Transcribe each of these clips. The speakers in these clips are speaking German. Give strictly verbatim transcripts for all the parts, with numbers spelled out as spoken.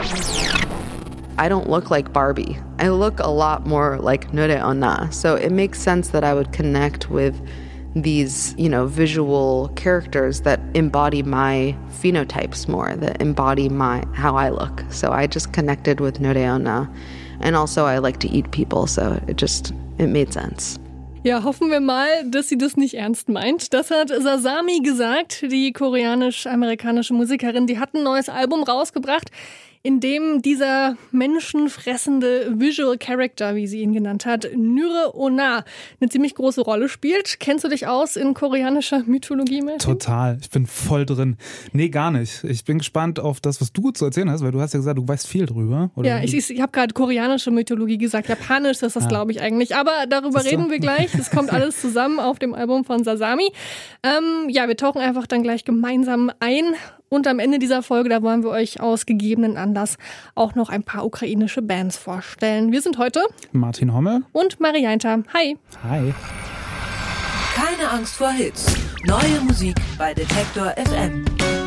I don't look like Barbie. I look a lot more like Noreona. So it makes sense that I would connect with these, you know, visual characters that embody my phenotypes more, that embody my how I look. So I just connected with Noreona. And also I like to eat people, so it just, it made sense. Ja, hoffen wir mal, dass sie das nicht ernst meint. Das hat Sasami gesagt, die koreanisch-amerikanische Musikerin. Die hat ein neues Album rausgebracht, in dem dieser menschenfressende Visual Character, wie sie ihn genannt hat, Noreona, eine ziemlich große Rolle spielt. Kennst du dich aus in koreanischer Mythologie, Matthew? Total, ich bin voll drin. Nee, gar nicht. Ich bin gespannt auf das, was du zu erzählen hast, weil du hast ja gesagt, du weißt viel drüber. Oder? Ja, ich, ich habe gerade koreanische Mythologie gesagt. Japanisch ist das, ah. glaube ich, eigentlich. Aber darüber reden so? wir gleich. Das kommt alles zusammen auf dem Album von Sasami. Ähm, ja, wir tauchen einfach dann gleich gemeinsam ein. Und am Ende dieser Folge, da wollen wir euch aus gegebenen Anlass auch noch ein paar ukrainische Bands vorstellen. Wir sind heute Martin Hommel und Marianta. Hi. Hi. Keine Angst vor Hits. Neue Musik bei Detektor F M.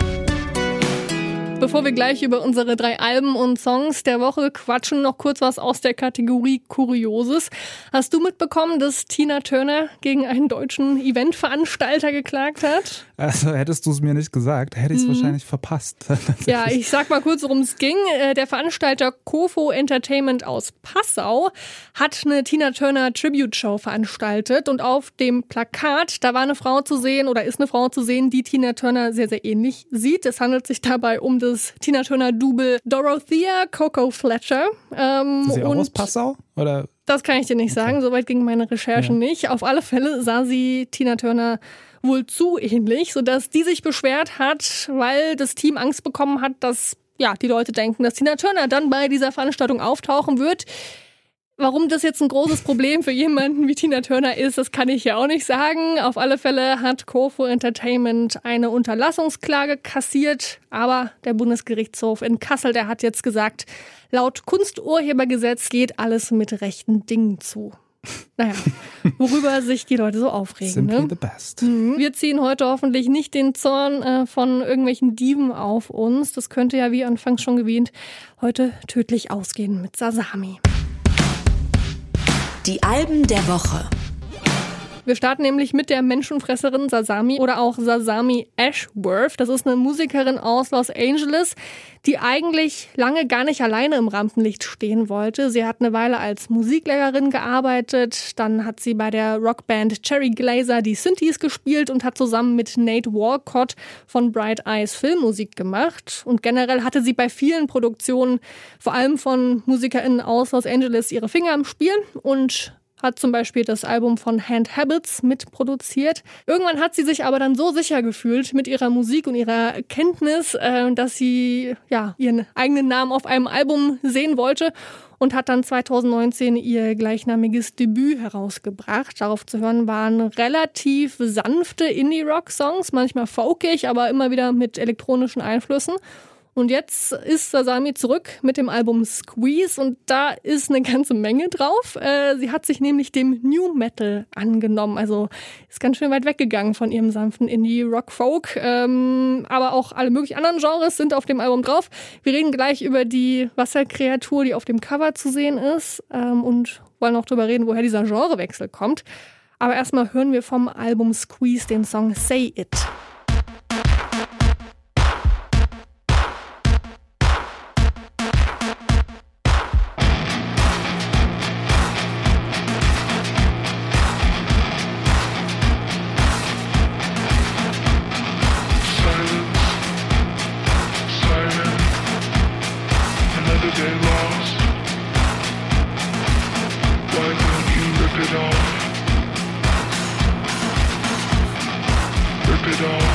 Bevor wir gleich über unsere drei Alben und Songs der Woche quatschen, noch kurz was aus der Kategorie Kurioses. Hast du mitbekommen, dass Tina Turner gegen einen deutschen Eventveranstalter geklagt hat? Also hättest du es mir nicht gesagt, hätte ich es mhm. wahrscheinlich verpasst. Ja, ich sag mal kurz, worum es ging. Der Veranstalter Kofo Entertainment aus Passau hat eine Tina Turner Tribute Show veranstaltet und auf dem Plakat, da war eine Frau zu sehen oder ist eine Frau zu sehen, die Tina Turner sehr, sehr ähnlich sieht. Es handelt sich dabei um das Tina Turner-Double Dorothea Coco Fletcher. Ähm, ist sie auch und aus Passau? Oder? Das kann ich dir nicht sagen, okay. Soweit gingen meine Recherchen ja. nicht. Auf alle Fälle sah sie Tina Turner wohl zu ähnlich, sodass die sich beschwert hat, weil das Team Angst bekommen hat, dass ja die Leute denken, dass Tina Turner dann bei dieser Veranstaltung auftauchen wird. Warum das jetzt ein großes Problem für jemanden wie Tina Turner ist, das kann ich ja auch nicht sagen. Auf alle Fälle hat Kofo Entertainment eine Unterlassungsklage kassiert. Aber der Bundesgerichtshof in Kassel, der hat jetzt gesagt, laut Kunsturhebergesetz geht alles mit rechten Dingen zu. Naja, worüber sich die Leute so aufregen. Simply ne? the best. Mhm. Wir ziehen heute hoffentlich nicht den Zorn äh, von irgendwelchen Dieben auf uns. Das könnte ja, wie anfangs schon erwähnt, heute tödlich ausgehen mit Sasami. Die Alben der Woche. Wir starten nämlich mit der Menschenfresserin Sasami oder auch Sasami Ashworth. Das ist eine Musikerin aus Los Angeles, die eigentlich lange gar nicht alleine im Rampenlicht stehen wollte. Sie hat eine Weile als Musiklehrerin gearbeitet, dann hat sie bei der Rockband Cherry Glazerr die Synthes gespielt und hat zusammen mit Nate Walcott von Bright Eyes Filmmusik gemacht. Und generell hatte sie bei vielen Produktionen, vor allem von MusikerInnen aus Los Angeles, ihre Finger im Spiel und hat zum Beispiel das Album von Hand Habits mitproduziert. Irgendwann hat sie sich aber dann so sicher gefühlt mit ihrer Musik und ihrer Kenntnis, äh, dass sie ja ihren eigenen Namen auf einem Album sehen wollte und hat dann zwanzig neunzehn ihr gleichnamiges Debüt herausgebracht. Darauf zu hören waren relativ sanfte Indie-Rock-Songs, manchmal folkig, aber immer wieder mit elektronischen Einflüssen. Und jetzt ist Sasami zurück mit dem Album Squeeze und da ist eine ganze Menge drauf. Äh, sie hat sich nämlich dem New Metal angenommen, also ist ganz schön weit weggegangen von ihrem sanften Indie-Rock-Folk. Ähm, aber auch alle möglichen anderen Genres sind auf dem Album drauf. Wir reden gleich über die Wasserkreatur, die auf dem Cover zu sehen ist ähm, und wollen auch darüber reden, woher dieser Genrewechsel kommt. Aber erstmal hören wir vom Album Squeeze den Song Say It. Rip it off.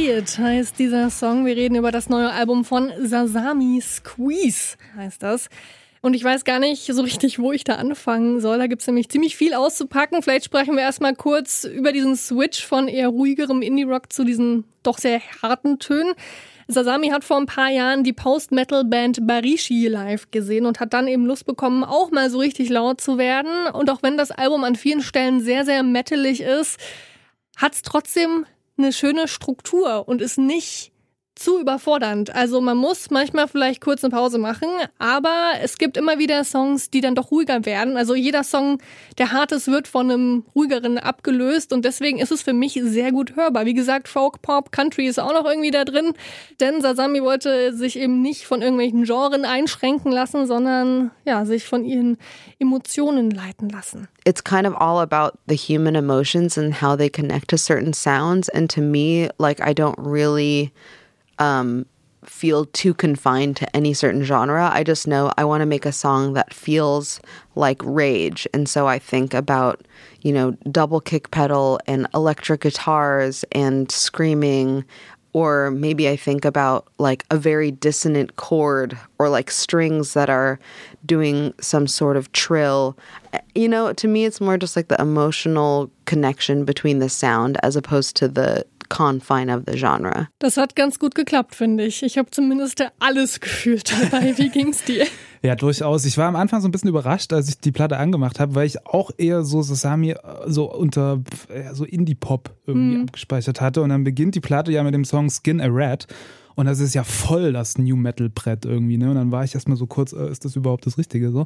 Say It heißt dieser Song. Wir reden über das neue Album von Sasami, Squeeze heißt das. Und ich weiß gar nicht so richtig, wo ich da anfangen soll. Da gibt's nämlich ziemlich viel auszupacken. Vielleicht sprechen wir erstmal kurz über diesen Switch von eher ruhigerem Indie-Rock zu diesen doch sehr harten Tönen. Sasami hat vor ein paar Jahren die Post-Metal-Band Barishi live gesehen und hat dann eben Lust bekommen, auch mal so richtig laut zu werden. Und auch wenn das Album an vielen Stellen sehr, sehr metalig ist, hat's trotzdem eine schöne Struktur und ist nicht zu überfordernd. Also man muss manchmal vielleicht kurz eine Pause machen, aber es gibt immer wieder Songs, die dann doch ruhiger werden. Also jeder Song, der hart ist, wird von einem ruhigeren abgelöst und deswegen ist es für mich sehr gut hörbar. Wie gesagt, Folk, Pop, Country ist auch noch irgendwie da drin, denn Sasami wollte sich eben nicht von irgendwelchen Genren einschränken lassen, sondern ja, sich von ihren Emotionen leiten lassen. It's kind of all about the human emotions and how they connect to certain sounds, and to me, like, I don't really Um, feel too confined to any certain genre. I just know I want to make a song that feels like rage. And so I think about, you know, double kick pedal and electric guitars and screaming, or maybe I think about like a very dissonant chord or like strings that are doing some sort of trill. You know, to me, it's more just like the emotional connection between the sound as opposed to the confine of the genre. Das hat ganz gut geklappt, finde ich. Ich habe zumindest alles gefühlt dabei. Wie ging's dir? Ja, durchaus. Ich war am Anfang so ein bisschen überrascht, als ich die Platte angemacht habe, weil ich auch eher so Sasami so unter ja, so Indie-Pop irgendwie mm. abgespeichert hatte. Und dann beginnt die Platte ja mit dem Song Skin a Rat. Und das ist ja voll das New-Metal-Brett irgendwie, ne? Und dann war ich erstmal so kurz, äh, ist das überhaupt das Richtige so?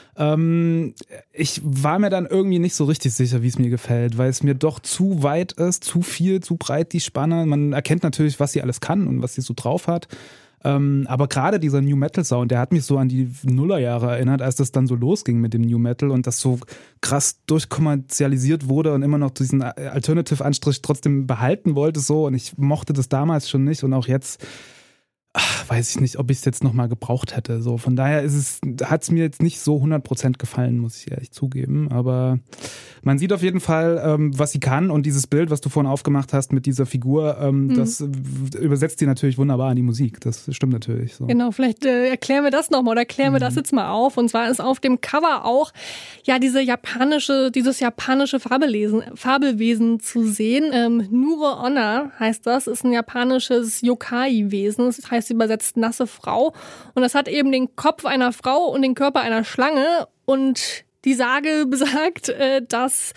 Ähm, ich war mir dann irgendwie nicht so richtig sicher, wie es mir gefällt, weil es mir doch zu weit ist, zu viel, zu breit die Spanne. Man erkennt natürlich, was sie alles kann und was sie so drauf hat. Ähm, aber gerade dieser New Metal Sound, der hat mich so an die Nullerjahre erinnert, als das dann so losging mit dem New Metal und das so krass durchkommerzialisiert wurde und immer noch diesen Alternative-Anstrich trotzdem behalten wollte so, und ich mochte das damals schon nicht und auch jetzt ach, weiß ich nicht, ob ich es jetzt nochmal gebraucht hätte. So, von daher ist es, hat es mir jetzt nicht so hundert Prozent gefallen, muss ich ehrlich zugeben. Aber man sieht auf jeden Fall, ähm, was sie kann, und dieses Bild, was du vorhin aufgemacht hast mit dieser Figur, ähm, mhm. das übersetzt sie natürlich wunderbar in die Musik. Das stimmt natürlich. So. Genau, vielleicht äh, erklären wir das nochmal oder klären wir mhm. das jetzt mal auf. Und zwar ist auf dem Cover auch ja diese japanische, dieses japanische Fabelwesen, Fabelwesen zu sehen. Ähm, Nure Onna heißt das, ist ein japanisches Yokai-Wesen. Das heißt übersetzt nasse Frau. Und das hat eben den Kopf einer Frau und den Körper einer Schlange. Und die Sage besagt, dass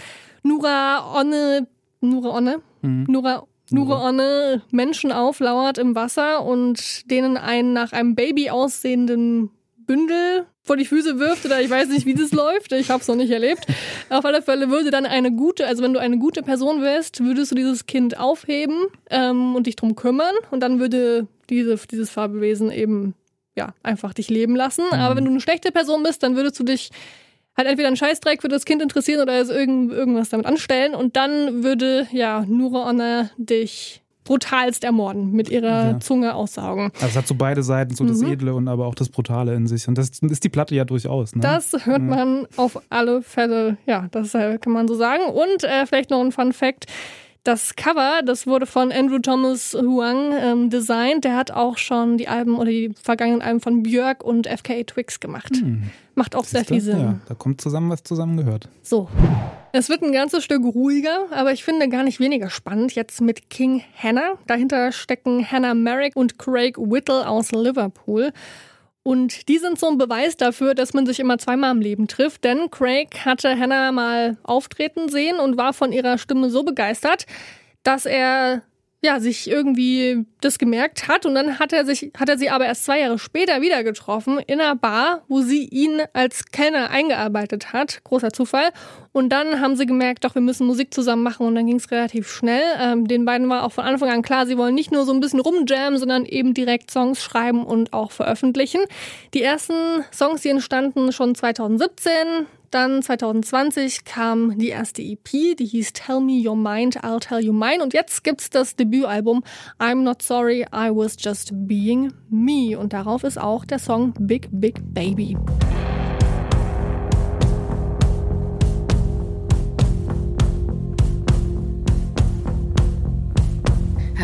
Nura Onne, Nura Onne, mhm. Nura, Nura Onne Menschen auflauert im Wasser und denen einen nach einem Baby aussehenden Bündel vor die Füße wirft, oder ich weiß nicht, wie das läuft, ich habe es noch nicht erlebt. Auf alle Fälle würde dann eine gute, also wenn du eine gute Person wärst, würdest du dieses Kind aufheben ähm, und dich drum kümmern, und dann würde diese, dieses Fabelwesen eben ja einfach dich leben lassen. Mhm. Aber wenn du eine schlechte Person bist, dann würdest du dich halt entweder einen Scheißdreck für das Kind interessieren oder es irgend, irgendwas damit anstellen, und dann würde ja Nure Onna dich brutalst ermorden, mit ihrer ja. Zunge aussaugen. Also es hat so beide Seiten, so das mhm. Edle und aber auch das Brutale in sich. Und das ist die Platte ja durchaus. Ne? Das hört ja. man auf alle Fälle, ja, das kann man so sagen. Und äh, vielleicht noch ein Fun Fact: Das Cover, das wurde von Andrew Thomas Huang ähm, designt. Der hat auch schon die Alben oder die vergangenen Alben von Björk und F K A Twigs gemacht. Hm. Macht auch sehr viel Sinn. Ja, da kommt zusammen, was zusammengehört. So. Es wird ein ganzes Stück ruhiger, aber ich finde gar nicht weniger spannend. Jetzt mit King Hannah. Dahinter stecken Hannah Merrick und Craig Whittle aus Liverpool. Und die sind so ein Beweis dafür, dass man sich immer zweimal im Leben trifft. Denn Craig hatte Hannah mal auftreten sehen und war von ihrer Stimme so begeistert, dass er ja sich irgendwie das gemerkt hat. Und dann hat er sich, hat er sie aber erst zwei Jahre später wieder getroffen in einer Bar, wo sie ihn als Kellner eingearbeitet hat. Großer Zufall. Und dann haben sie gemerkt, doch, wir müssen Musik zusammen machen, und dann ging es relativ schnell. Ähm, den beiden war auch von Anfang an klar, sie wollen nicht nur so ein bisschen rumjammen, sondern eben direkt Songs schreiben und auch veröffentlichen. Die ersten Songs, die entstanden schon zwanzig siebzehn. Dann zwanzig zwanzig kam die erste E P, die hieß Tell Me Your Mind, I'll Tell You Mine. Und jetzt gibt's das Debütalbum I'm Not Sorry, I Was Just Being Me. Und darauf ist auch der Song Big Big Baby.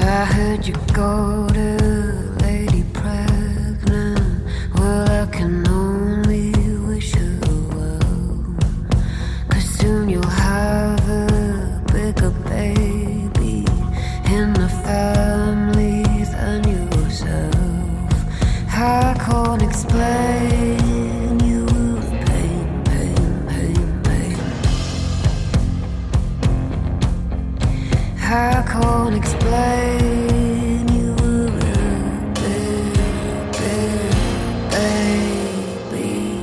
I heard you go to Lady Pregnant. Well, I can only wish you well, 'cause soon you'll have a bigger baby in the family than yourself. I can't explain you pain, pain, pain, pain. I can't explain you big, big baby.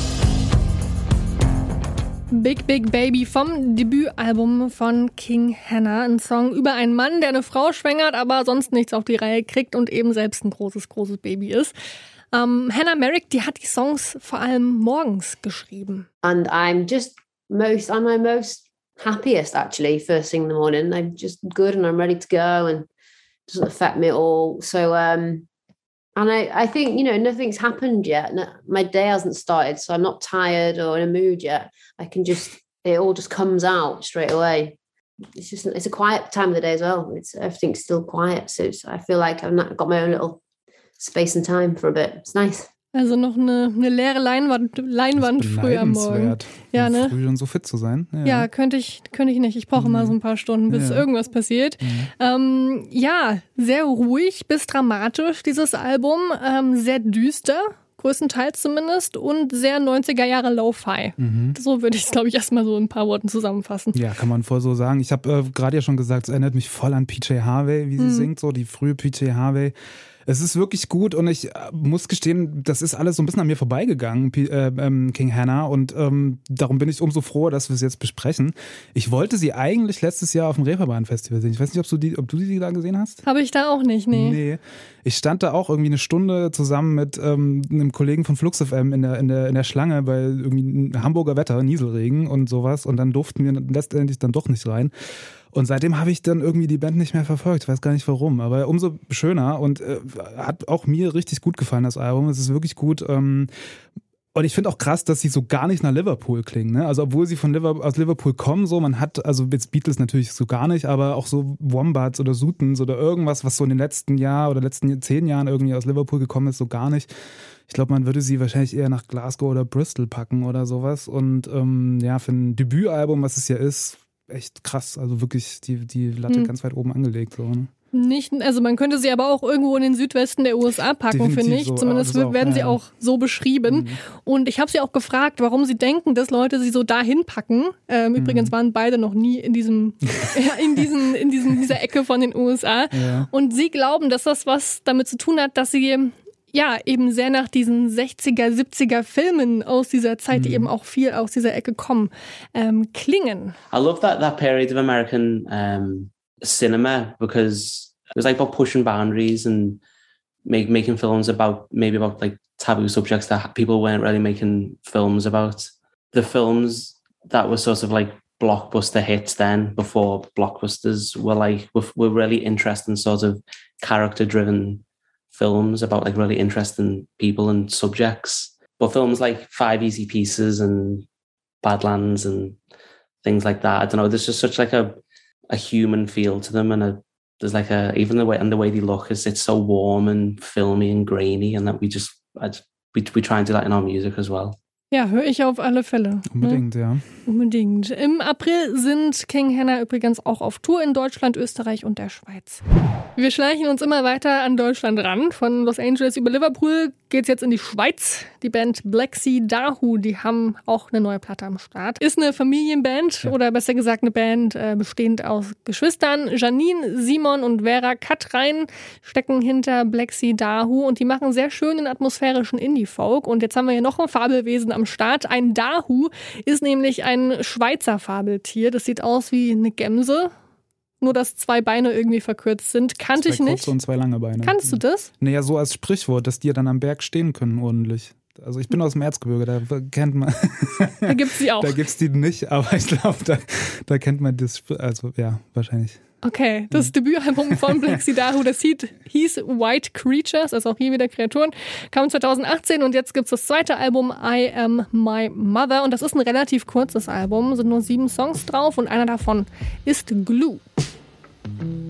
Big Big Baby vom Debütalbum von King Hannah. Ein Song über einen Mann, der eine Frau schwängert, aber sonst nichts auf die Reihe kriegt und eben selbst ein großes, großes Baby ist. Ähm, Hannah Merrick, die hat die Songs vor allem morgens geschrieben. And I'm just most, I'm my most happiest actually first thing in the morning. I'm just good and I'm ready to go and it doesn't affect me at all. So, um, and I, I think, you know, nothing's happened yet. No, my day hasn't started, so I'm not tired or in a mood yet. I can just, it all just comes out straight away. It's just, it's a quiet time of the day as well. It's everything's still quiet. So it's, I feel like I've not got my own little space and time for a bit. It's nice. Also noch eine, eine leere Leinwand, Leinwand früh am Morgen. Ja, ne? Früh schon so fit zu sein. Ja, ja könnte ich, könnte ich nicht. Ich brauche mhm. immer so ein paar Stunden, bis ja. irgendwas passiert. Mhm. Ähm, ja, sehr ruhig bis dramatisch, dieses Album. Ähm, sehr düster, größtenteils zumindest. Und sehr neunziger Jahre Lo-Fi. Mhm. So würde ich es, glaube ich, erstmal so in ein paar Worten zusammenfassen. Ja, kann man voll so sagen. Ich habe äh, gerade ja schon gesagt, es erinnert mich voll an P J Harvey, wie sie mhm. singt, so die frühe P J Harvey. Es ist wirklich gut und ich muss gestehen, das ist alles so ein bisschen an mir vorbeigegangen, äh, ähm, King Hannah, und ähm, darum bin ich umso froher, dass wir es jetzt besprechen. Ich wollte sie eigentlich letztes Jahr auf dem Reeperbahn-Festival sehen. Ich weiß nicht, ob du die, ob du die da gesehen hast? Habe ich da auch nicht, nee. Nee. Ich stand da auch irgendwie eine Stunde zusammen mit ähm, einem Kollegen von Flux F M in der, in der, in der Schlange bei irgendwie Hamburger Wetter, Nieselregen und sowas, und dann durften wir letztendlich dann doch nicht rein. Und seitdem habe ich dann irgendwie die Band nicht mehr verfolgt. Ich weiß gar nicht warum, aber umso schöner und äh, hat auch mir richtig gut gefallen, das Album. Es ist wirklich gut. Ähm, und ich finde auch krass, dass sie so gar nicht nach Liverpool klingen. Ne? Also obwohl sie von Liverpool, aus Liverpool kommen, so man hat, also jetzt Beatles natürlich so gar nicht, aber auch so Wombats oder Sutons oder irgendwas, was so in den letzten Jahren oder letzten zehn Jahren irgendwie aus Liverpool gekommen ist, so gar nicht. Ich glaube, man würde sie wahrscheinlich eher nach Glasgow oder Bristol packen oder sowas. Und ähm, ja, für ein Debütalbum, was es ja ist, echt krass, also wirklich die, die Latte hm. ganz weit oben angelegt. So, ne? Nicht, also man könnte sie aber auch irgendwo in den Südwesten der U S A packen, finde ich. So, Zumindest auch, werden sie ja. auch so beschrieben. Mhm. Und ich habe sie auch gefragt, warum sie denken, dass Leute sie so dahin packen. Ähm, mhm. Übrigens waren beide noch nie in diesem, in diesen, in diesem, dieser Ecke von den U S A. Ja. Und sie glauben, dass das was damit zu tun hat, dass sie ja eben sehr nach diesen sechziger, siebziger Filmen aus dieser Zeit, die mm. eben auch viel aus dieser Ecke kommen, ähm, klingen. I love that that period of American um, cinema because it was like about pushing boundaries and make, making films about maybe about like taboo subjects that people weren't really making films about. The films that were sort of like blockbuster hits then, before blockbusters, were like were, were really interesting sort of character-driven films about like really interesting people and subjects. But films like Five Easy Pieces and Badlands and things like that, I don't know, there's just such like a a human feel to them, and a there's like a even the way and the way they look is it's so warm and filmy and grainy, and that we just I just, we we try and do that in our music as well. Ja, höre ich auf alle Fälle. Unbedingt, ne? ja. Unbedingt. Im April sind King Hannah übrigens auch auf Tour in Deutschland, Österreich und der Schweiz. Wir schleichen uns immer weiter an Deutschland ran. Von Los Angeles über Liverpool geht's jetzt in die Schweiz. Die Band Black Sea Dahu, die haben auch eine neue Platte am Start. Ist eine Familienband, ja. oder besser gesagt eine Band äh, bestehend aus Geschwistern. Janine, Simon und Vera Katrein stecken hinter Black Sea Dahu und die machen sehr schönen atmosphärischen Indie-Folk. Und jetzt haben wir hier noch ein Fabelwesen am Start. Ein Dahu ist nämlich ein Schweizer Fabeltier. Das sieht aus wie eine Gemse. Nur, dass zwei Beine irgendwie verkürzt sind. Kannte ich nicht. Zwei kurze und zwei lange Beine. Kannst du das? Naja, so als Sprichwort, dass die ja dann am Berg stehen können ordentlich. Also ich bin aus dem Erzgebirge, da kennt man... Da gibt's die auch. Da gibt's die nicht, aber ich glaube, da, da kennt man das, also ja, wahrscheinlich. Okay, das mhm. Debütalbum von Black Sea Dahu, das hieß, hieß White Creatures, also auch hier wieder Kreaturen, kam zwanzig achtzehn und jetzt gibt's das zweite Album I Am My Mother und das ist ein relativ kurzes Album, sind nur sieben Songs drauf und einer davon ist Glue.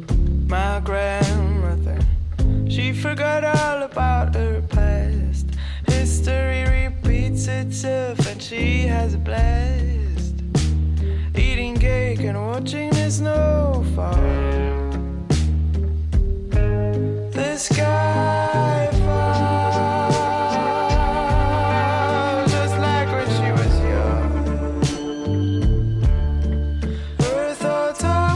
my grandmother. She forgot all about her past. History repeats itself and she has a blast. Eating cake and watching the snow fall. The sky falls just like when she was young. Her thoughts are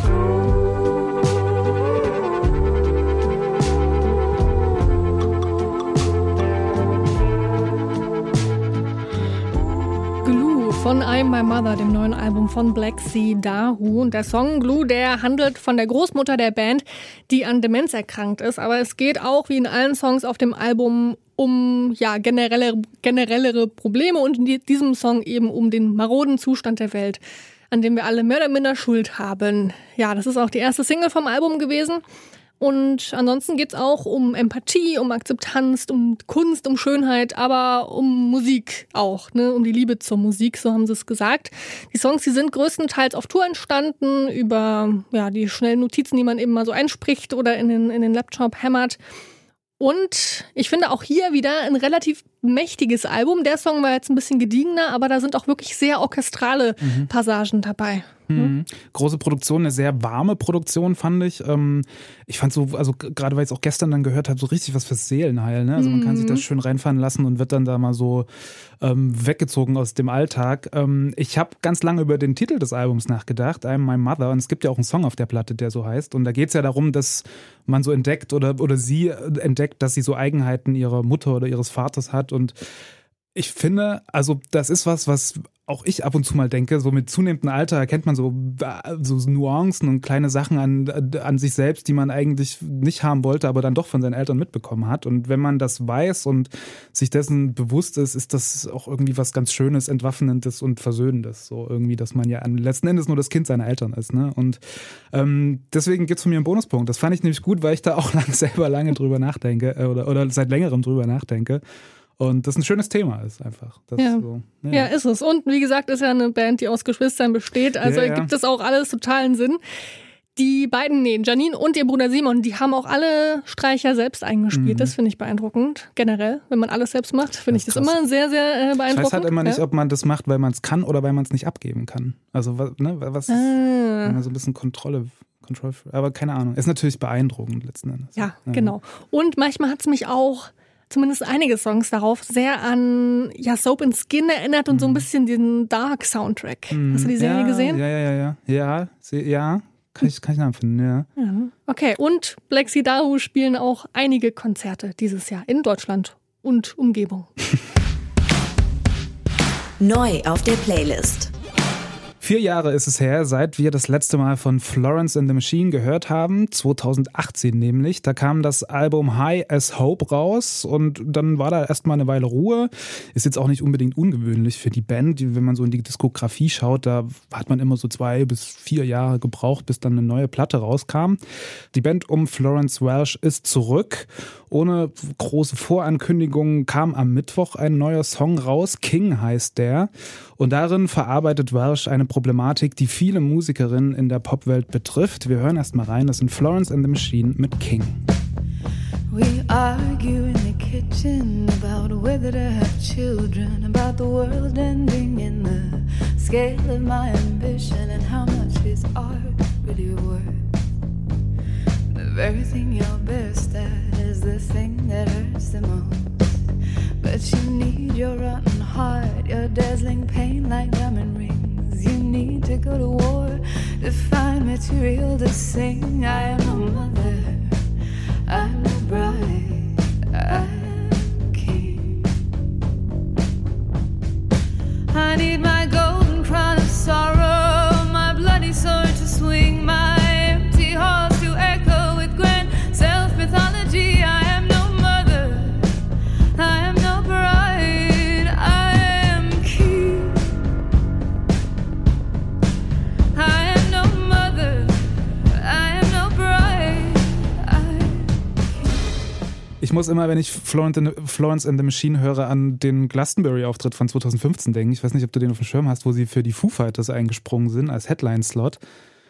Glue von I'm My Mother, dem neuen Album von Black Sea Dahu. Und der Song Glue, der handelt von der Großmutter der Band, die an Demenz erkrankt ist. Aber es geht auch, wie in allen Songs auf dem Album, um ja generelle, generellere Probleme und in diesem Song eben um den maroden Zustand der Welt, an dem wir alle mehr oder minder Schuld haben. Ja, das ist auch die erste Single vom Album gewesen. Und ansonsten geht's auch um Empathie, um Akzeptanz, um Kunst, um Schönheit, aber um Musik auch, ne, um die Liebe zur Musik, so haben sie es gesagt. Die Songs, die sind größtenteils auf Tour entstanden, über ja die schnellen Notizen, die man eben mal so einspricht oder in den, in den Laptop hämmert. Und ich finde auch hier wieder ein relativ mächtiges Album. Der Song war jetzt ein bisschen gediegener, aber da sind auch wirklich sehr orchestrale mhm. Passagen dabei. Mhm. Große Produktion, eine sehr warme Produktion, fand ich. Ähm, ich fand so, also gerade weil ich es auch gestern dann gehört habe, so richtig was fürs Seelenheil. Ne? Also man kann sich das schön reinfahren lassen und wird dann da mal so ähm, weggezogen aus dem Alltag. Ähm, ich habe ganz lange über den Titel des Albums nachgedacht, I'm My Mother. Und es gibt ja auch einen Song auf der Platte, der so heißt. Und da geht es ja darum, dass man so entdeckt oder, oder sie entdeckt, dass sie so Eigenheiten ihrer Mutter oder ihres Vaters hat. Und ich finde, also das ist was, was auch ich ab und zu mal denke, so mit zunehmendem Alter erkennt man so, so Nuancen und kleine Sachen an, an sich selbst, die man eigentlich nicht haben wollte, aber dann doch von seinen Eltern mitbekommen hat. Und wenn man das weiß und sich dessen bewusst ist, ist das auch irgendwie was ganz Schönes, Entwaffnendes und Versöhnendes. So irgendwie, dass man ja letzten Endes nur das Kind seiner Eltern ist. Ne? Und ähm, deswegen gibt's von mir einen Bonuspunkt. Das fand ich nämlich gut, weil ich da auch lang, selber lange drüber nachdenke äh, oder, oder seit längerem drüber nachdenke. Und das ein schönes Thema ist einfach. Das ja. So, ja. ja, ist es. Und wie gesagt, ist ja eine Band, die aus Geschwistern besteht. Also ja, ja. gibt es auch alles totalen Sinn. Die beiden, nee, Janine und ihr Bruder Simon, die haben auch alle Streicher selbst eingespielt. Mhm. Das finde ich beeindruckend. Generell, wenn man alles selbst macht, finde ich das krass. immer sehr, sehr äh, beeindruckend. Ich weiß halt immer nicht, ja? ob man das macht, weil man es kann oder weil man es nicht abgeben kann. Also ne, was ah. wenn man so ein bisschen Kontrolle, Kontrolle, aber keine Ahnung. Ist natürlich beeindruckend letzten Endes. Ja, ja. genau. Und manchmal hat es mich auch zumindest einige Songs darauf sehr an ja, Soap and Skin erinnert und mhm. so ein bisschen den Dark-Soundtrack. Mhm. Hast du die Serie ja, gesehen? Ja, ja, ja, ja. Ja, ja. Kann ich, kann ich nachempfinden, ja. ja. Okay, und Black Sea Dahu spielen auch einige Konzerte dieses Jahr in Deutschland und Umgebung. Neu auf der Playlist. Vier Jahre ist es her, seit wir das letzte Mal von Florence and the Machine gehört haben, zweitausendachtzehn nämlich. Da kam das Album High as Hope raus und dann war da erstmal eine Weile Ruhe. Ist jetzt auch nicht unbedingt ungewöhnlich für die Band. Wenn man so in die Diskografie schaut, da hat man immer so zwei bis vier Jahre gebraucht, bis dann eine neue Platte rauskam. Die Band um Florence Welch ist zurück. Ohne große Vorankündigungen kam am Mittwoch ein neuer Song raus. King heißt der. Und darin verarbeitet Welch eine Problematik, die viele Musikerinnen in der Popwelt betrifft. Wir hören erst mal rein. Das sind Florence and the Machine mit King. We argue in the kitchen about whether to have children, about the world ending in the scale of my ambition and how much is art really worth. The very thing you're best at is the thing that hurts the most. But you need your rotten heart, your dazzling pain like diamond rings. You need to go to war to find material to sing. I am a mother, I'm a bride, I'm king. I need my golden crown of sorrow, my bloody sword to swing, my empty halls to echo with grand self-mythology. I am no mother, I am no bride, I am king. I am no mother, I am no bride, I am king. Ich muss immer, wenn ich Florence and, Florence and the Machine höre, an den Glastonbury-Auftritt von zweitausendfünfzehn denken. Ich weiß nicht, ob du den auf dem Schirm hast, wo sie für die Foo Fighters eingesprungen sind als Headline-Slot.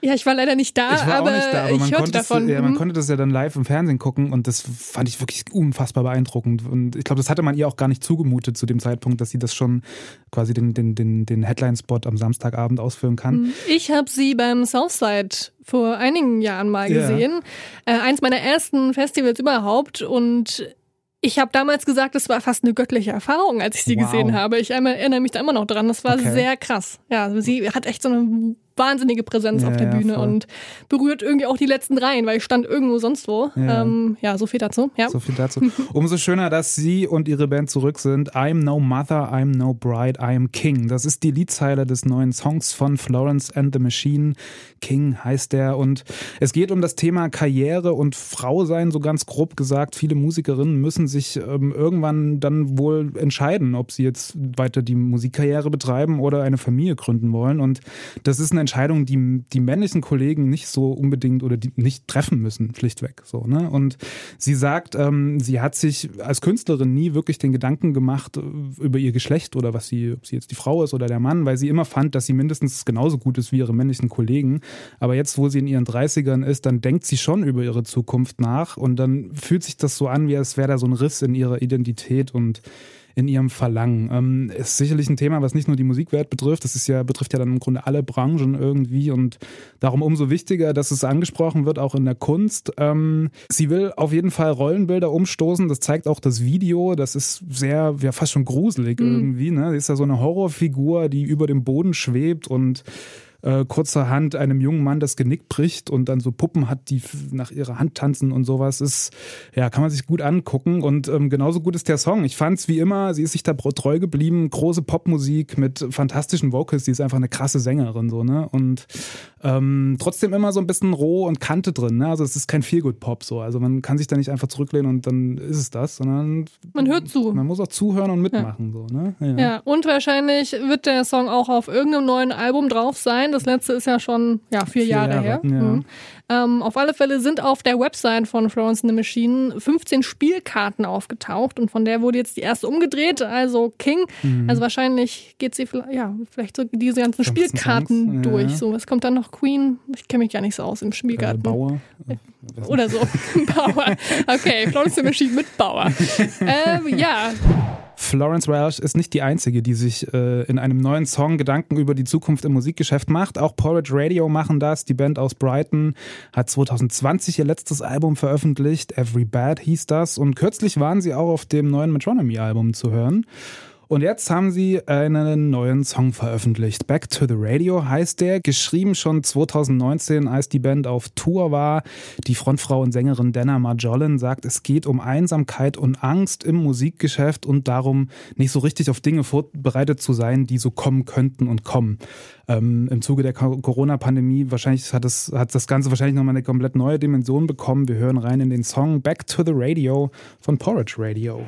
Ja, ich war leider nicht da, ich war aber, auch nicht da, aber ich man, hörte konnte davon. Es, ja, man Mhm. konnte das ja dann live im Fernsehen gucken und das fand ich wirklich unfassbar beeindruckend. Und ich glaube, das hatte man ihr auch gar nicht zugemutet zu dem Zeitpunkt, dass sie das schon quasi den, den, den, den Headline-Spot am Samstagabend ausführen kann. Ich habe sie beim Southside vor einigen Jahren mal Ja. gesehen. Äh, eins meiner ersten Festivals überhaupt und ich habe damals gesagt, es war fast eine göttliche Erfahrung, als ich sie Wow. gesehen habe. Ich einmal, erinnere mich da immer noch dran. Das war Okay. sehr krass. Ja, also sie hat echt so eine wahnsinnige Präsenz Ja, auf der ja, Bühne voll. und berührt irgendwie auch die letzten Reihen, weil ich stand irgendwo sonst wo. Ja. Ähm, ja, so viel dazu. Ja. So viel dazu. Umso schöner, dass sie und ihre Band zurück sind. I'm no mother, I'm no bride, I'm king. Das ist die Liedzeile des neuen Songs von Florence and the Machine. King heißt der. Und es geht um das Thema Karriere und Frausein, so ganz grob gesagt. Viele Musikerinnen müssen sich ähm, irgendwann dann wohl entscheiden, ob sie jetzt weiter die Musikkarriere betreiben oder eine Familie gründen wollen. Und das ist eine Entscheidung, die die männlichen Kollegen nicht so unbedingt oder die nicht treffen müssen, schlichtweg so, ne? Und sie sagt, ähm, sie hat sich als Künstlerin nie wirklich den Gedanken gemacht äh, über ihr Geschlecht oder was sie, ob sie jetzt die Frau ist oder der Mann, weil sie immer fand, dass sie mindestens genauso gut ist wie ihre männlichen Kollegen. Aber jetzt, wo sie in ihren dreißigern ist, dann denkt sie schon über ihre Zukunft nach und dann fühlt sich das so an, wie als wäre da so ein Riss in ihrer Identität und in ihrem Verlangen. Ähm, ist sicherlich ein Thema, was nicht nur die Musikwelt betrifft, das ist ja, betrifft ja dann im Grunde alle Branchen irgendwie und darum umso wichtiger, dass es angesprochen wird, auch in der Kunst. Ähm, sie will auf jeden Fall Rollenbilder umstoßen, das zeigt auch das Video, das ist sehr, ja fast schon gruselig mhm. irgendwie, ne? Sie ist ja so eine Horrorfigur, die über dem Boden schwebt und Äh, kurzerhand einem jungen Mann das Genick bricht und dann so Puppen hat, die nach ihrer Hand tanzen und sowas, ist, ja, kann man sich gut angucken und ähm, genauso gut ist der Song. Ich fand's wie immer, sie ist sich da treu geblieben, große Popmusik mit fantastischen Vocals, sie ist einfach eine krasse Sängerin, so, ne, und ähm, trotzdem immer so ein bisschen roh und Kante drin, ne, also es ist kein Feelgood-Pop, so, also man kann sich da nicht einfach zurücklehnen und dann ist es das, sondern man hört zu. Man muss auch zuhören und mitmachen, ja. so, ne. Ja. ja, und wahrscheinlich wird der Song auch auf irgendeinem neuen Album drauf sein. Das letzte ist ja schon ja, vier, vier Jahre, Jahre her. Ja. Mhm. Ähm, auf alle Fälle sind auf der Website von Florence and the Machine fünfzehn Spielkarten aufgetaucht und von der wurde jetzt die erste umgedreht, also King. Mhm. Also wahrscheinlich geht sie ja, vielleicht so diese ganzen Spielkarten Songs. durch. Ja. So, was kommt dann noch? Queen? Ich kenne mich gar nicht so aus im Spielgarten. Äh, Bauer. Oder so. Bauer. Okay, Florence and the Machine mit Bauer. ähm, ja. Florence Welch ist nicht die Einzige, die sich äh, in einem neuen Song Gedanken über die Zukunft im Musikgeschäft macht. Auch Porridge Radio machen das. Die Band aus Brighton hat zwanzig zwanzig ihr letztes Album veröffentlicht. Every Bad hieß das. Und kürzlich waren sie auch auf dem neuen Metronomy-Album zu hören. Und jetzt haben sie einen neuen Song veröffentlicht. Back to the Radio heißt der, geschrieben schon zwanzig neunzehn, als die Band auf Tour war. Die Frontfrau und Sängerin Dana Marjolin sagt, es geht um Einsamkeit und Angst im Musikgeschäft und darum, nicht so richtig auf Dinge vorbereitet zu sein, die so kommen könnten und kommen. Ähm, im Zuge der Corona-Pandemie wahrscheinlich hat das, hat das Ganze wahrscheinlich nochmal eine komplett neue Dimension bekommen. Wir hören rein in den Song Back to the Radio von Porridge Radio.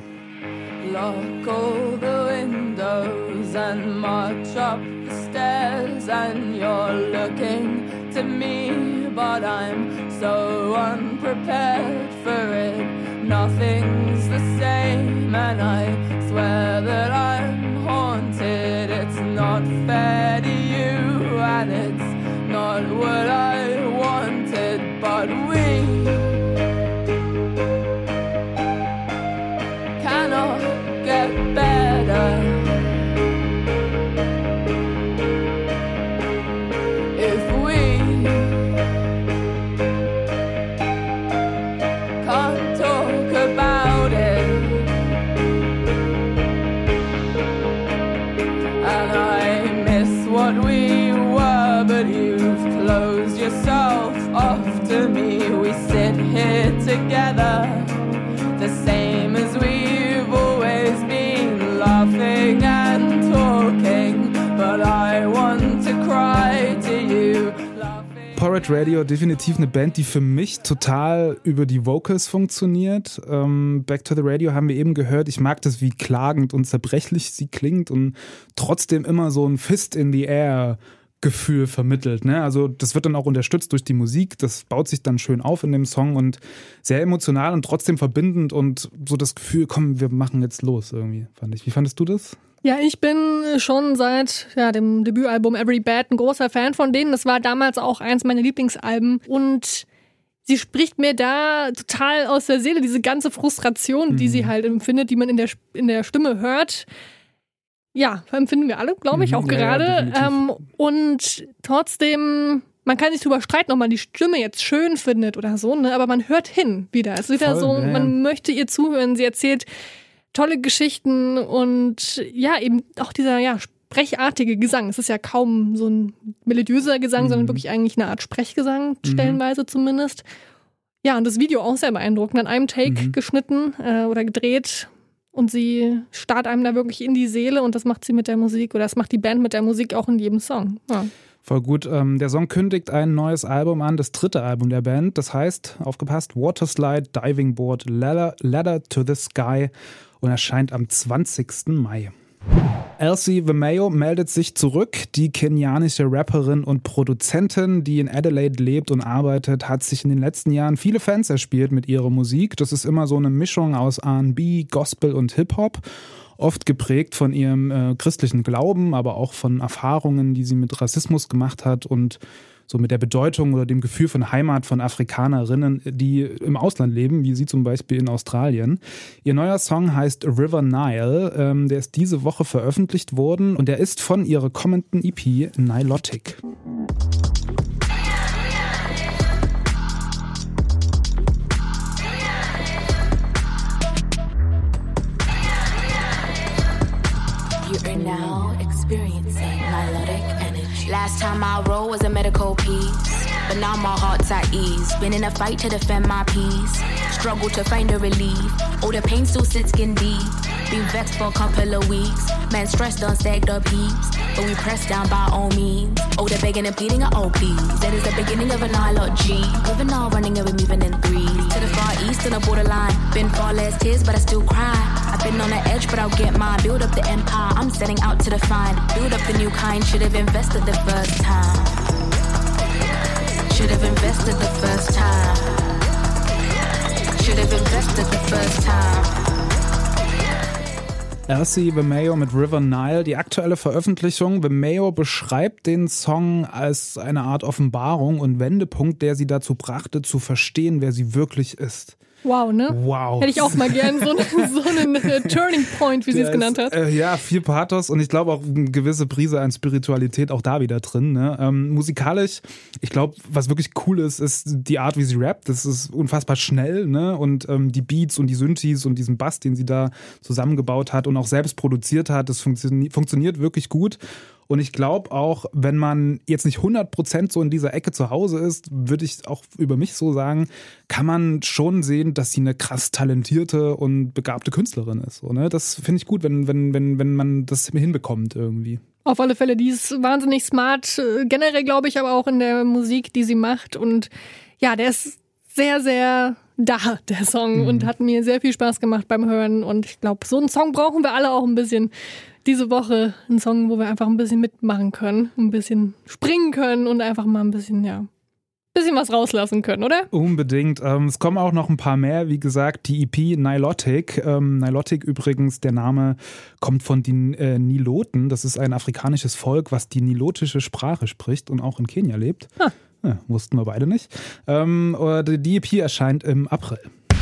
Lock all the windows and march up the stairs, and you're looking to me, but I'm so unprepared for it. Nothing's the same, and I swear that I'm haunted. It's not fair to you, and it's not what I wanted, but we cannot get better if we can't talk about it. And I miss what we were, but you've closed yourself off to me. We sit here together, the same as we've always been, laughing and talking, but I want to cry to you. Porridge Radio, definitiv eine Band, die für mich total über die Vocals funktioniert. Ähm, Back to the Radio haben wir eben gehört. Ich mag das, wie klagend und zerbrechlich sie klingt und trotzdem immer so ein Fist in the Air Gefühl vermittelt, ne? Also das wird dann auch unterstützt durch die Musik, das baut sich dann schön auf in dem Song und sehr emotional und trotzdem verbindend und so das Gefühl, komm, wir machen jetzt los irgendwie, fand ich. Wie fandest du das? Ja, ich bin schon seit ja, dem Debütalbum Every Bad ein großer Fan von denen. Das war damals auch eins meiner Lieblingsalben. Und sie spricht mir da total aus der Seele, diese ganze Frustration, mhm. die sie halt empfindet, die man in der, in der Stimme hört. Ja, empfinden wir alle, glaube ich, mhm, auch ja, gerade. Ja, ähm, und trotzdem, man kann sich drüber streiten, ob man die Stimme jetzt schön findet oder so, ne? Aber man hört hin wieder. Es ist wieder Voll, so, ja, man ja. möchte ihr zuhören. Sie erzählt tolle Geschichten und ja, eben auch dieser ja, sprechartige Gesang. Es ist ja kaum so ein melodiöser Gesang, mhm. sondern wirklich eigentlich eine Art Sprechgesang, stellenweise mhm. zumindest. Ja, und das Video auch sehr beeindruckend. An einem Take mhm. geschnitten äh, oder gedreht und sie starrt einem da wirklich in die Seele und das macht sie mit der Musik oder das macht die Band mit der Musik auch in jedem Song. Ja. Voll gut. Ähm, der Song kündigt ein neues Album an, das dritte Album der Band. Das heißt, aufgepasst, Waterslide, Diving Board, Ladder, Ladder to the Sky und erscheint am zwanzigsten Mai. Elsie Vimeo meldet sich zurück. Die kenianische Rapperin und Produzentin, die in Adelaide lebt und arbeitet, hat sich in den letzten Jahren viele Fans erspielt mit ihrer Musik. Das ist immer so eine Mischung aus R and B, Gospel und Hip-Hop. Oft geprägt von ihrem äh, christlichen Glauben, aber auch von Erfahrungen, die sie mit Rassismus gemacht hat und so mit der Bedeutung oder dem Gefühl von Heimat von Afrikanerinnen, die im Ausland leben, wie sie zum Beispiel in Australien. Ihr neuer Song heißt River Nile, ähm, der ist diese Woche veröffentlicht worden und der ist von ihrer kommenden E P Nilotic. You are now experiencing Nilotic energy. Last time I rolled was a medical piece, but now my heart's at ease. Been in a fight to defend my peace, struggle to find a relief. Oh, the pain still sits skin deep. Been vexed for a couple of weeks. Man stressed on stacked up heaps, but we pressed down by all means. Oh, they're begging and pleading, oh please. That is the beginning of a Nilot G. Living all running and we're moving in threes. To the far east on the borderline. Been far less tears, but I still cry. I've been on the edge, but I'll get mine. Build up the empire, I'm setting out to define. Build up the new kind, should have invested the first time. Should have invested the first time. Should have invested the first time. Elsie Vimeo mit River Nile, die aktuelle Veröffentlichung. Vimeo beschreibt den Song als eine Art Offenbarung und Wendepunkt, der sie dazu brachte, zu verstehen, wer sie wirklich ist. Wow, ne? Wow. Hätte ich auch mal gern so, so einen äh, Turning Point, wie sie es genannt hat. Äh, ja, viel Pathos und ich glaube auch eine gewisse Prise an Spiritualität auch da wieder drin. Ne? Ähm, musikalisch, ich glaube, was wirklich cool ist, ist die Art, wie sie rappt. Das ist unfassbar schnell, ne? Und ähm, die Beats und die Synthes und diesen Bass, den sie da zusammengebaut hat und auch selbst produziert hat, das funktio- funktioniert wirklich gut. Und ich glaube auch, wenn man jetzt nicht hundert Prozent so in dieser Ecke zu Hause ist, würde ich auch über mich so sagen, kann man schon sehen, dass sie eine krass talentierte und begabte Künstlerin ist. So, ne? Das finde ich gut, wenn, wenn, wenn, wenn man das hinbekommt irgendwie. Auf alle Fälle, die ist wahnsinnig smart, generell glaube ich, aber auch in der Musik, die sie macht. Und ja, der ist sehr, sehr da, der Song, mhm. und hat mir sehr viel Spaß gemacht beim Hören. Und ich glaube, so einen Song brauchen wir alle auch ein bisschen. Diese Woche ein Song, wo wir einfach ein bisschen mitmachen können, ein bisschen springen können und einfach mal ein bisschen, ja, ein bisschen was rauslassen können, oder? Unbedingt. Ähm, es kommen auch noch ein paar mehr. Wie gesagt, die E P Nilotic. Ähm, Nilotic übrigens, der Name kommt von den äh, Niloten. Das ist ein afrikanisches Volk, was die nilotische Sprache spricht und auch in Kenia lebt. Ah. Ja, wussten wir beide nicht. Ähm, die E P erscheint im April.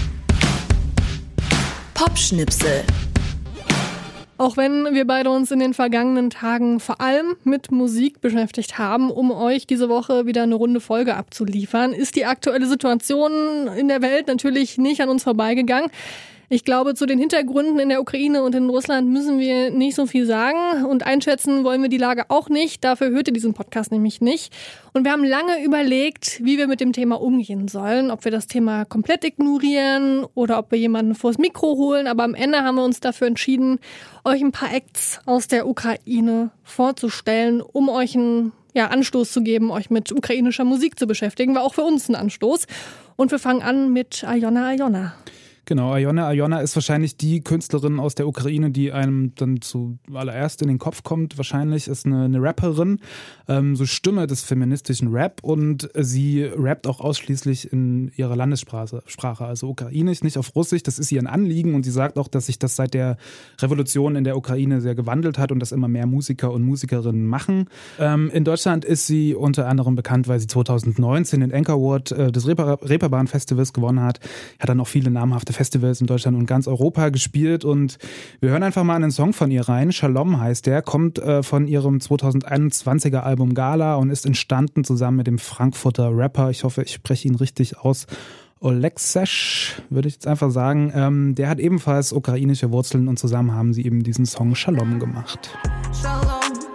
Popschnipsel. Auch wenn wir beide uns in den vergangenen Tagen vor allem mit Musik beschäftigt haben, um euch diese Woche wieder eine runde Folge abzuliefern, ist die aktuelle Situation in der Welt natürlich nicht an uns vorbeigegangen. Ich glaube, zu den Hintergründen in der Ukraine und in Russland müssen wir nicht so viel sagen und einschätzen wollen wir die Lage auch nicht. Dafür hört ihr diesen Podcast nämlich nicht. Und wir haben lange überlegt, wie wir mit dem Thema umgehen sollen, ob wir das Thema komplett ignorieren oder ob wir jemanden vors Mikro holen. Aber am Ende haben wir uns dafür entschieden, euch ein paar Acts aus der Ukraine vorzustellen, um euch einen ja, Anstoß zu geben, euch mit ukrainischer Musik zu beschäftigen. War auch für uns ein Anstoß. Und wir fangen an mit Aljona Aljona. Genau, Ionna Ionna ist wahrscheinlich die Künstlerin aus der Ukraine, die einem dann zuallererst in den Kopf kommt. Wahrscheinlich ist eine, eine Rapperin, ähm, so Stimme des feministischen Rap, und sie rappt auch ausschließlich in ihrer Landessprache, Sprache, also ukrainisch, nicht auf Russisch. Das ist ihr ein Anliegen, und sie sagt auch, dass sich das seit der Revolution in der Ukraine sehr gewandelt hat und dass immer mehr Musiker und Musikerinnen machen. Ähm, in Deutschland ist sie unter anderem bekannt, weil sie zweitausendneunzehn den Anchor Award äh, des Reeper- Reeperbahn Festivals gewonnen hat. Hat dann auch viele namhafte Festivals in Deutschland und ganz Europa gespielt, und wir hören einfach mal einen Song von ihr rein. Shalom heißt der, kommt äh, von ihrem zweitausendeinundzwanziger Album Gala und ist entstanden zusammen mit dem Frankfurter Rapper, ich hoffe, ich spreche ihn richtig aus, Oleksesh, würde ich jetzt einfach sagen. Ähm, der hat ebenfalls ukrainische Wurzeln, und zusammen haben sie eben diesen Song Shalom gemacht. Shalom,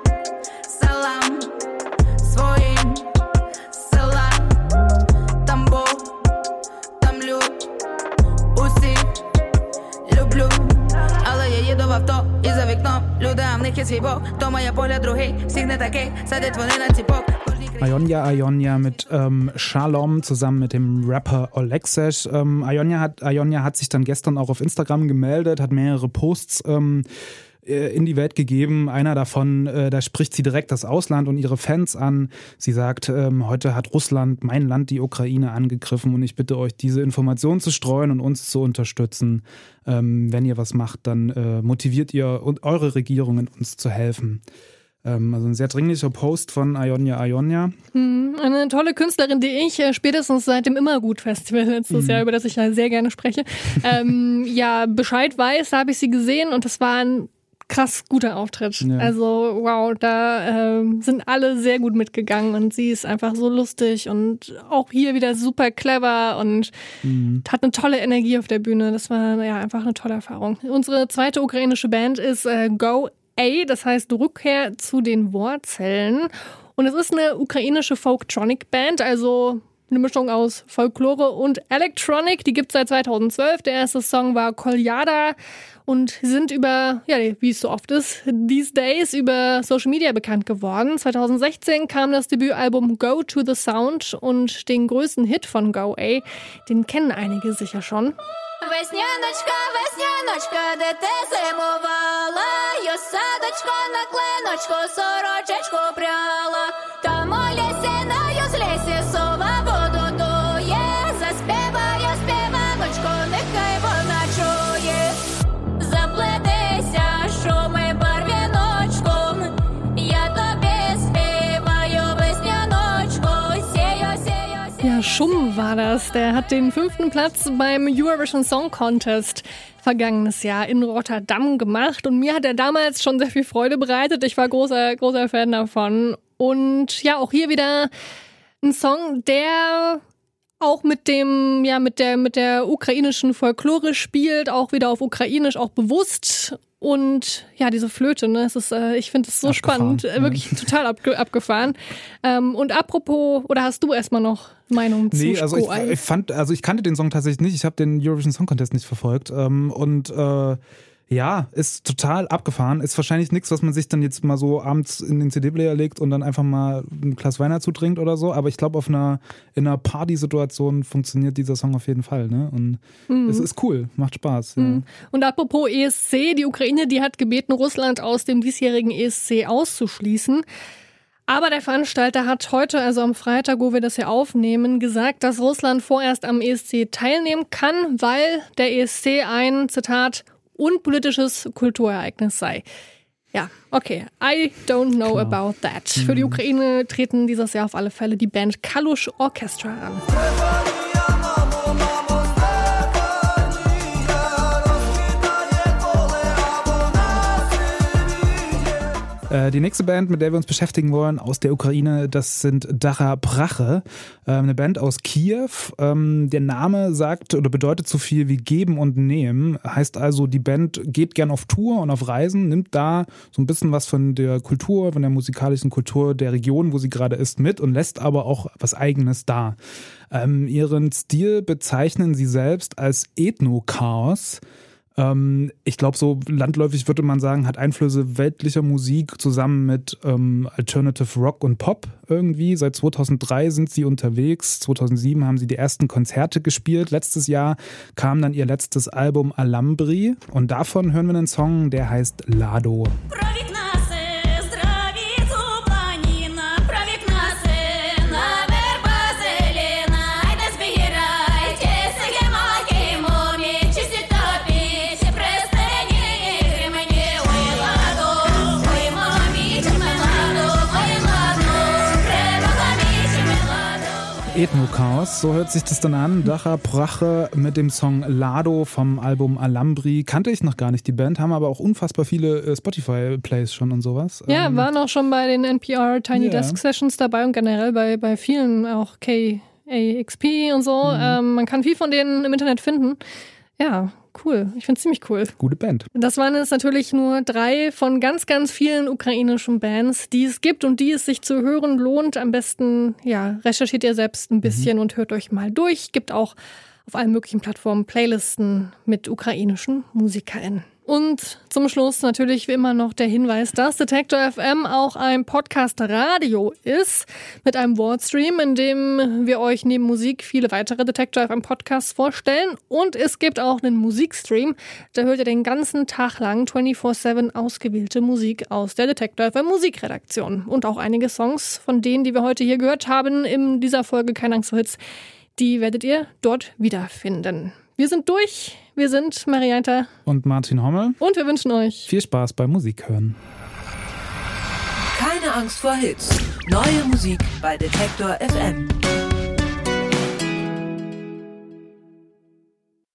salam, своїм села, там Бог, там люд, усі люблю, але я їду в авто і за вікном люди, а в них є свій Бог, то моя поля другий, всіх не такий, садять вони на ціпок. Ionna Ionna mit ähm, Shalom zusammen mit dem Rapper Oleksesh. Ähm, Ionna hat, Ionna hat sich dann gestern auch auf Instagram gemeldet, hat mehrere Posts ähm, in die Welt gegeben. Einer davon, äh, da spricht sie direkt das Ausland und ihre Fans an. Sie sagt, ähm, heute hat Russland, mein Land, die Ukraine angegriffen, und ich bitte euch, diese Information zu streuen und uns zu unterstützen. Ähm, wenn ihr was macht, dann äh, motiviert ihr und eure Regierungen, uns zu helfen. Also ein sehr dringlicher Post von Ionna Ionna. Eine tolle Künstlerin, die ich äh, spätestens seit dem Immergut-Festival letztes mhm. Jahr, über das ich ja sehr gerne spreche, ähm, ja, Bescheid weiß. Da habe ich sie gesehen, und das war ein krass guter Auftritt. Ja. Also wow, da äh, sind alle sehr gut mitgegangen, und sie ist einfach so lustig und auch hier wieder super clever und mhm. hat eine tolle Energie auf der Bühne. Das war ja einfach eine tolle Erfahrung. Unsere zweite ukrainische Band ist äh, Go A, das heißt Rückkehr zu den Wurzeln. Und es ist eine ukrainische Folktronic-Band, also eine Mischung aus Folklore und Electronic. Die gibt es seit zweitausendzwölf. Der erste Song war Koljada, und sind über, ja, wie es so oft ist, these days über Social Media bekannt geworden. zweitausendsechzehn kam das Debütalbum Go to the Sound, und den größten Hit von Go A, den kennen einige sicher schon. Весняночка, весняночка, де ти зимувала, й осадочко на клиночку, сорочечку пряла. Там у лісі, на юзлісі, сова воду дує, заспіває співаночку, нехай вона чує. Заплетися, шуми барвіночком, я тобі співаю весняночку, сію, сію, сію. Ja, Schumm war das. Der hat den fünften Platz beim Eurovision Song Contest vergangenes Jahr in Rotterdam gemacht, und mir hat er damals schon sehr viel Freude bereitet. Ich war großer, großer Fan davon. Und ja, auch hier wieder ein Song, der auch mit dem, ja, mit der, mit der ukrainischen Folklore spielt, auch wieder auf Ukrainisch, auch bewusst. Und ja, diese Flöte, ne, es ist, äh, ich finde es so abgefahren. Spannend, äh, wirklich ja. total abge- abgefahren. Ähm, und apropos, oder hast du erstmal noch Meinung zu Nee, also ich, ich fand, also ich kannte den Song tatsächlich nicht, ich habe den Eurovision Song Contest nicht verfolgt, ähm, und äh, ja, ist total abgefahren, ist wahrscheinlich nichts, was man sich dann jetzt mal so abends in den C D-Player legt und dann einfach mal ein Glas Wein dazu trinkt oder so, aber ich glaube, auf einer, in einer Partysituation funktioniert dieser Song auf jeden Fall, ne? Und mhm. es ist cool, macht Spaß. Ja. Mhm. Und apropos E S C, die Ukraine, die hat gebeten, Russland aus dem diesjährigen E S C auszuschließen. Aber der Veranstalter hat heute, also am Freitag, wo wir das hier aufnehmen, gesagt, dass Russland vorerst am E S C teilnehmen kann, weil der E S C ein, Zitat, unpolitisches Kulturereignis sei. Ja, okay. I don't know Klar. about that. Mhm. Für die Ukraine treten dieses Jahr auf alle Fälle die Band Kalush Orchestra an. Die nächste Band, mit der wir uns beschäftigen wollen, aus der Ukraine, das sind Dara Brache, eine Band aus Kiew. Der Name sagt oder bedeutet so viel wie geben und nehmen. Heißt also, die Band geht gern auf Tour und auf Reisen, nimmt da so ein bisschen was von der Kultur, von der musikalischen Kultur der Region, wo sie gerade ist, mit und lässt aber auch was Eigenes da. Ihren Stil bezeichnen sie selbst als Ethno-Chaos. Ähm, ich glaube, so landläufig würde man sagen, hat Einflüsse weltlicher Musik zusammen mit ähm, Alternative Rock und Pop irgendwie. Seit zweitausenddrei sind sie unterwegs. zweitausendsieben haben sie die ersten Konzerte gespielt. Letztes Jahr kam dann ihr letztes Album Alhambri und davon hören wir einen Song, der heißt Lado. Ethno-Chaos, so hört sich das dann an. Dacha Brache mit dem Song Lado vom Album Alhambri. Kannte ich noch gar nicht, die Band, haben aber auch unfassbar viele äh, Spotify-Plays schon und sowas. Ja, ähm, waren auch schon bei den N P R Tiny yeah. Desk Sessions dabei und generell bei, bei vielen, auch K A X P und so. Mhm. Ähm, man kann viel von denen im Internet finden. Ja, cool. Ich finde es ziemlich cool. Gute Band. Das waren jetzt natürlich nur drei von ganz, ganz vielen ukrainischen Bands, die es gibt und die es sich zu hören lohnt. Am besten, ja, recherchiert ihr selbst ein bisschen mhm. und hört euch mal durch. Gibt auch auf allen möglichen Plattformen Playlisten mit ukrainischen MusikerInnen. Und zum Schluss natürlich wie immer noch der Hinweis, dass Detektor F M auch ein Podcast-Radio ist mit einem Wordstream, in dem wir euch neben Musik viele weitere Detektor F M Podcasts vorstellen. Und es gibt auch einen Musikstream, da hört ihr den ganzen Tag lang vierundzwanzig sieben ausgewählte Musik aus der Detektor F M Musikredaktion. Und auch einige Songs von denen, die wir heute hier gehört haben in dieser Folge Keine Angst vor Hits, die werdet ihr dort wiederfinden. Wir sind durch. Wir sind Marianta und Martin Hommel. Und wir wünschen euch viel Spaß beim Musik hören. Keine Angst vor Hits. Neue Musik bei Detektor F M.